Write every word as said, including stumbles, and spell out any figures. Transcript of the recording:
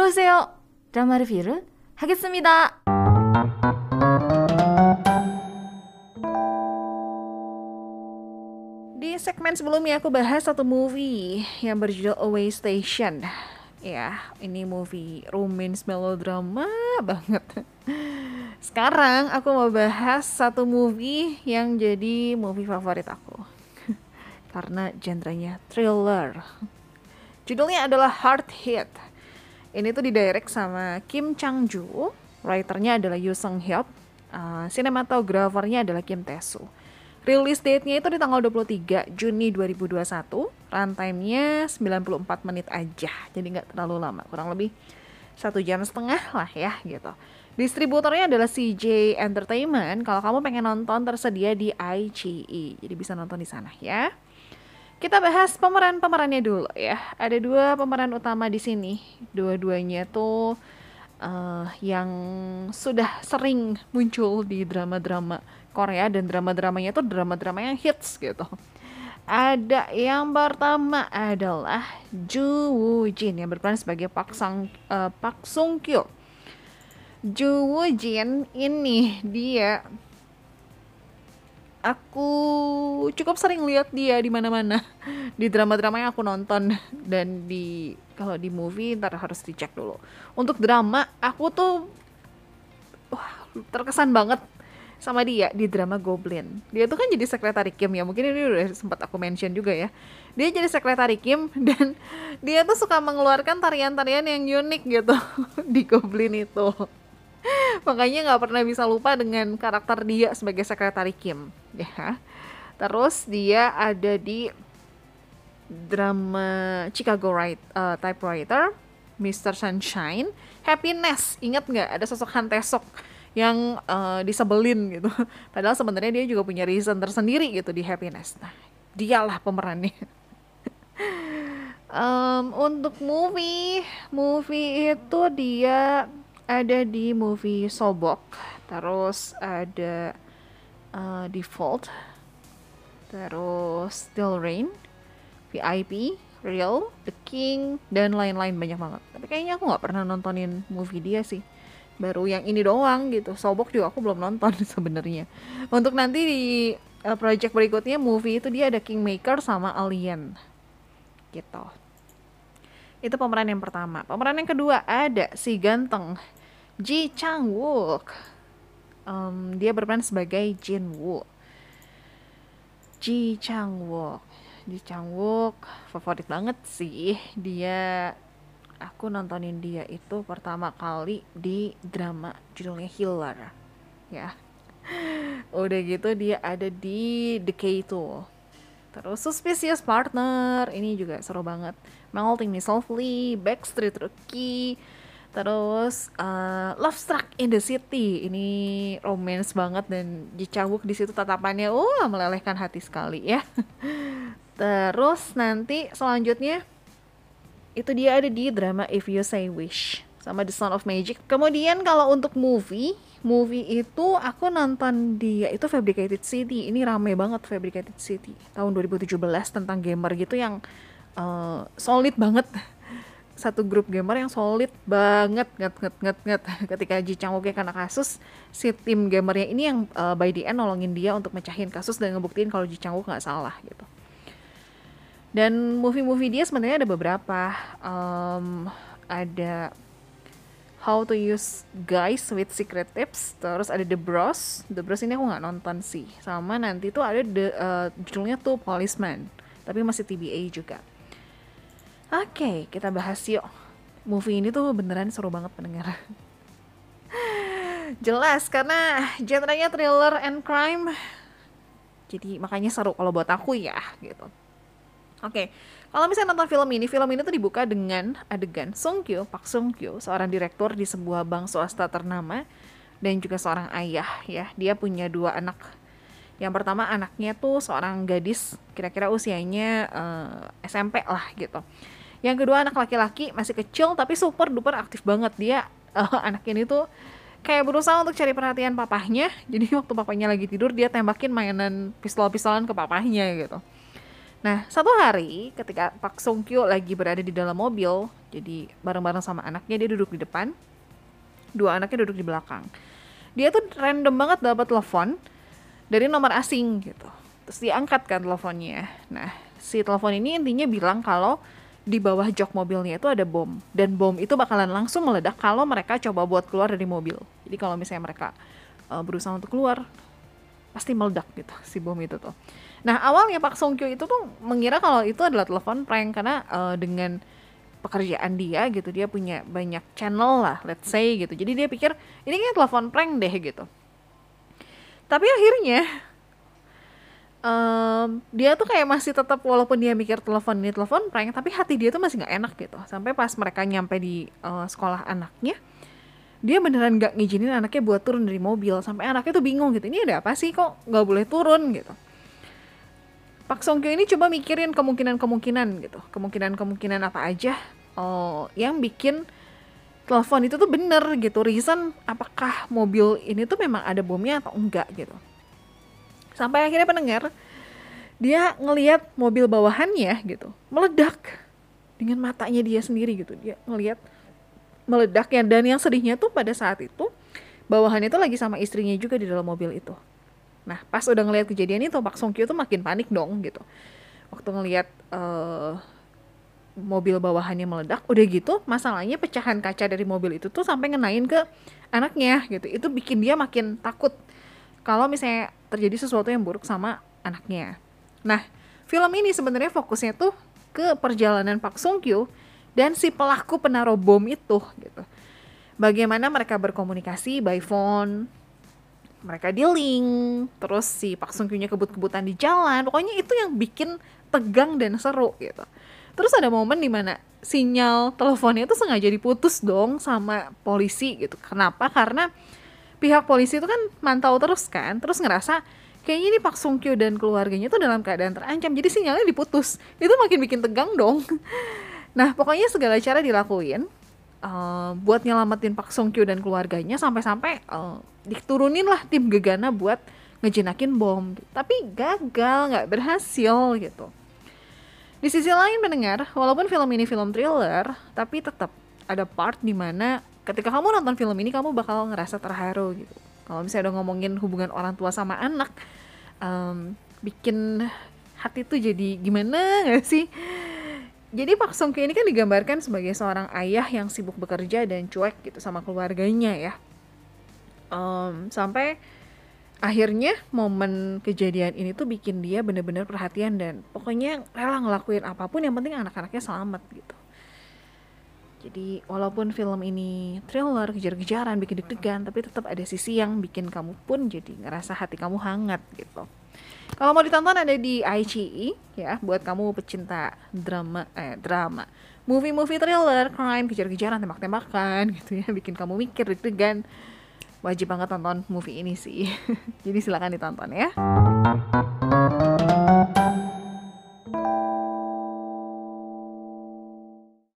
어서오세요. 드라마 리뷰를 하겠습니다. Di segmen sebelumnya aku bahas satu movie yang berjudul Away Station. Ya, ini movie romance melodrama banget. Sekarang aku mau bahas satu movie yang jadi movie favorit aku. Karena genrenya thriller. Judulnya adalah Hard Hit. Ini tuh didirect sama Kim Chang-joo, writernya adalah Yoo Seung-hyuk, uh, sinematografernya adalah Kim Tae-soo. Release date-nya itu di tanggal dua puluh tiga Juni dua ribu dua puluh satu, runtime-nya sembilan puluh empat menit aja, jadi nggak terlalu lama, kurang lebih satu jam setengah lah ya gitu. Distributornya adalah C J Entertainment. Kalau kamu pengen nonton tersedia di I G E, jadi bisa nonton di sana ya. Kita bahas pemeran-pemerannya dulu ya. Ada dua pemeran utama di sini. Dua-duanya tuh uh, yang sudah sering muncul di drama-drama Korea, dan drama-dramanya tuh drama-drama yang hits gitu. Ada yang pertama adalah Joo Woo Jin yang berperan sebagai Park Sang uh, Park Sung Kyo. Joo Woo Jin ini dia aku cukup sering lihat dia di mana-mana di drama-drama yang aku nonton, dan di kalau di movie ntar harus dicek dulu. Untuk drama aku tuh wah, terkesan banget sama dia di drama Goblin. Dia tuh kan jadi sekretari Kim ya, mungkin ini udah sempat aku mention juga ya. Dia jadi sekretari Kim dan dia tuh suka mengeluarkan tarian-tarian yang unik gitu di Goblin itu. Makanya nggak pernah bisa lupa dengan karakter dia sebagai sekretari Kim ya. Terus dia ada di drama Chicago Right, uh, Typewriter, Mister Sunshine, Happiness. Ingat nggak ada sosok Han Tae-sok yang uh, disebelin gitu. Padahal sebenarnya dia juga punya reason tersendiri gitu di Happiness. Nah, dialah pemerannya. um, untuk movie, movie itu dia ada di movie Sobok, terus ada uh, Default, terus Still Rain, V I P, Real, The King, dan lain-lain banyak banget. Tapi kayaknya aku nggak pernah nontonin movie dia sih. Baru yang ini doang gitu. Sobok juga aku belum nonton sebenarnya. Untuk nanti di uh, project berikutnya movie itu dia ada Kingmaker sama Alien gitu. Itu pemeran yang pertama. Pemeran yang kedua ada si ganteng Ji Chang-wook. Um, dia berperan sebagai Jin Woo. Ji Chang-wook. Ji Chang-wook favorit banget sih. Dia aku nontonin dia itu pertama kali di drama judulnya Healer ya. Udah gitu dia ada di The K two. Terus Suspicious Partner, ini juga seru banget. Melting Me Softly, Backstreet Rookie, terus uh, Love Struck in the City. Ini romance banget dan Ji Chang-wook di situ tatapannya uh melelehkan hati sekali ya. Terus nanti selanjutnya itu dia ada di drama If You Say Wish sama The Sound of Magic. Kemudian kalau untuk movie, movie itu aku nonton dia itu Fabricated City. Ini rame banget Fabricated City tahun dua ribu tujuh belas, tentang gamer gitu yang uh, solid banget. Satu grup gamer yang solid banget, nget nget nget nget. Ketika Ji Chang-wook kena kasus, si tim gamernya ini yang uh, by the end nolongin dia untuk mecahin kasus dan ngebuktiin kalau Ji Chang-wook nggak salah gitu. Dan movie-movie dia sebenarnya ada beberapa. Um, ada How to Use Guys with Secret Tips, terus ada The Bros. The Bros ini aku nggak nonton sih. Sama nanti tuh ada the, uh, judulnya tuh Policeman, tapi masih T B A juga. Oke, okay, kita bahas yuk. Movie ini tuh beneran seru banget pendengar. Jelas karena genrenya thriller and crime. Jadi makanya seru kalau buat aku ya gitu. Oke, okay. Kalau misalnya nonton film ini, film ini tuh dibuka dengan adegan Sung Kyo, Park Sung Kyo, seorang direktur di sebuah bank swasta ternama dan juga seorang ayah ya. Dia punya dua anak. Yang pertama anaknya tuh seorang gadis, kira-kira usianya uh, S M P lah gitu. Yang kedua anak laki-laki masih kecil tapi super duper aktif banget. Dia uh, anak ini tuh kayak berusaha untuk cari perhatian papahnya. Jadi waktu papahnya lagi tidur dia tembakin mainan pistol-pistolan ke papahnya gitu. Nah, satu hari ketika Pak Song Kyo lagi berada di dalam mobil, jadi bareng-bareng sama anaknya, dia duduk di depan, dua anaknya duduk di belakang. Dia tuh random banget dapat telepon dari nomor asing gitu. Terus diangkat kan teleponnya. Nah, si telepon ini intinya bilang kalau di bawah jok mobilnya itu ada bom, dan bom itu bakalan langsung meledak kalau mereka coba buat keluar dari mobil. Jadi kalau misalnya mereka uh, berusaha untuk keluar, pasti meledak gitu si bom itu tuh. Nah, awalnya Pak Song Kyo itu tuh mengira kalau itu adalah telepon prank karena uh, dengan pekerjaan dia gitu, dia punya banyak channel lah, let's say gitu. Jadi dia pikir ini kayak telepon prank deh gitu. Tapi akhirnya um, dia tuh kayak masih tetap, walaupun dia mikir telepon ini telepon prank, tapi hati dia tuh masih nggak enak gitu. Sampai pas mereka nyampe di uh, sekolah anaknya, dia beneran nggak ngizinin anaknya buat turun dari mobil. Sampai anaknya tuh bingung gitu, ini ada apa sih kok nggak boleh turun gitu. Pak Song Kyo ini coba mikirin kemungkinan-kemungkinan gitu, kemungkinan-kemungkinan apa aja oh, yang bikin telepon itu tuh bener gitu, reason apakah mobil ini tuh memang ada bomnya atau enggak gitu. Sampai akhirnya pendengar, dia ngelihat mobil bawahannya gitu meledak dengan matanya dia sendiri gitu. Dia ngelihat meledak ya, dan yang sedihnya tuh pada saat itu bawahannya tuh lagi sama istrinya juga di dalam mobil itu. Nah, pas udah ngelihat kejadian itu, Pak Song Kyo tuh makin panik dong gitu. Waktu ngelihat uh, mobil bawahannya meledak, udah gitu masalahnya pecahan kaca dari mobil itu tuh sampai ngenain ke anaknya gitu. Itu bikin dia makin takut kalau misalnya terjadi sesuatu yang buruk sama anaknya. Nah, film ini sebenarnya fokusnya tuh ke perjalanan Pak Song Kyo dan si pelaku penaruh bom itu gitu. Bagaimana mereka berkomunikasi by phone, mereka dealing, terus si Pak Sung Kyo-nya kebut-kebutan di jalan. Pokoknya itu yang bikin tegang dan seru gitu. Terus ada momen dimana sinyal teleponnya itu sengaja diputus dong sama polisi gitu. Kenapa? Karena pihak polisi itu kan mantau terus kan, terus ngerasa kayaknya ini Pak Sung Kyo dan keluarganya tuh dalam keadaan terancam, jadi sinyalnya diputus. Itu makin bikin tegang dong. Nah, pokoknya segala cara dilakuin Uh, buat nyelamatin Pak Song Kyo dan keluarganya, sampai-sampai uh, diturunin lah tim Gegana buat ngejinakin bom, tapi gagal, nggak berhasil gitu. Di sisi lain mendengar, walaupun film ini film thriller, tapi tetap ada part dimana ketika kamu nonton film ini kamu bakal ngerasa terharu gitu. Kalau misalnya udah ngomongin hubungan orang tua sama anak, um, bikin hati tuh jadi gimana nggak sih? Jadi Pak Song Kyo ini kan digambarkan sebagai seorang ayah yang sibuk bekerja dan cuek gitu sama keluarganya ya. Um, sampai akhirnya momen kejadian ini tuh bikin dia bener-bener perhatian dan pokoknya rela ngelakuin apapun yang penting anak-anaknya selamat gitu. Jadi walaupun film ini thriller, kejar-kejaran, bikin deg-degan, tapi tetap ada sisi yang bikin kamu pun jadi ngerasa hati kamu hangat gitu. Kalau mau ditonton ada di I C E ya, buat kamu pecinta drama eh drama, movie-movie thriller, crime, kejar-kejaran, tembak-tembakan gitu ya, bikin kamu mikir deg-degan. Wajib banget tonton movie ini sih. Jadi silakan ditonton ya.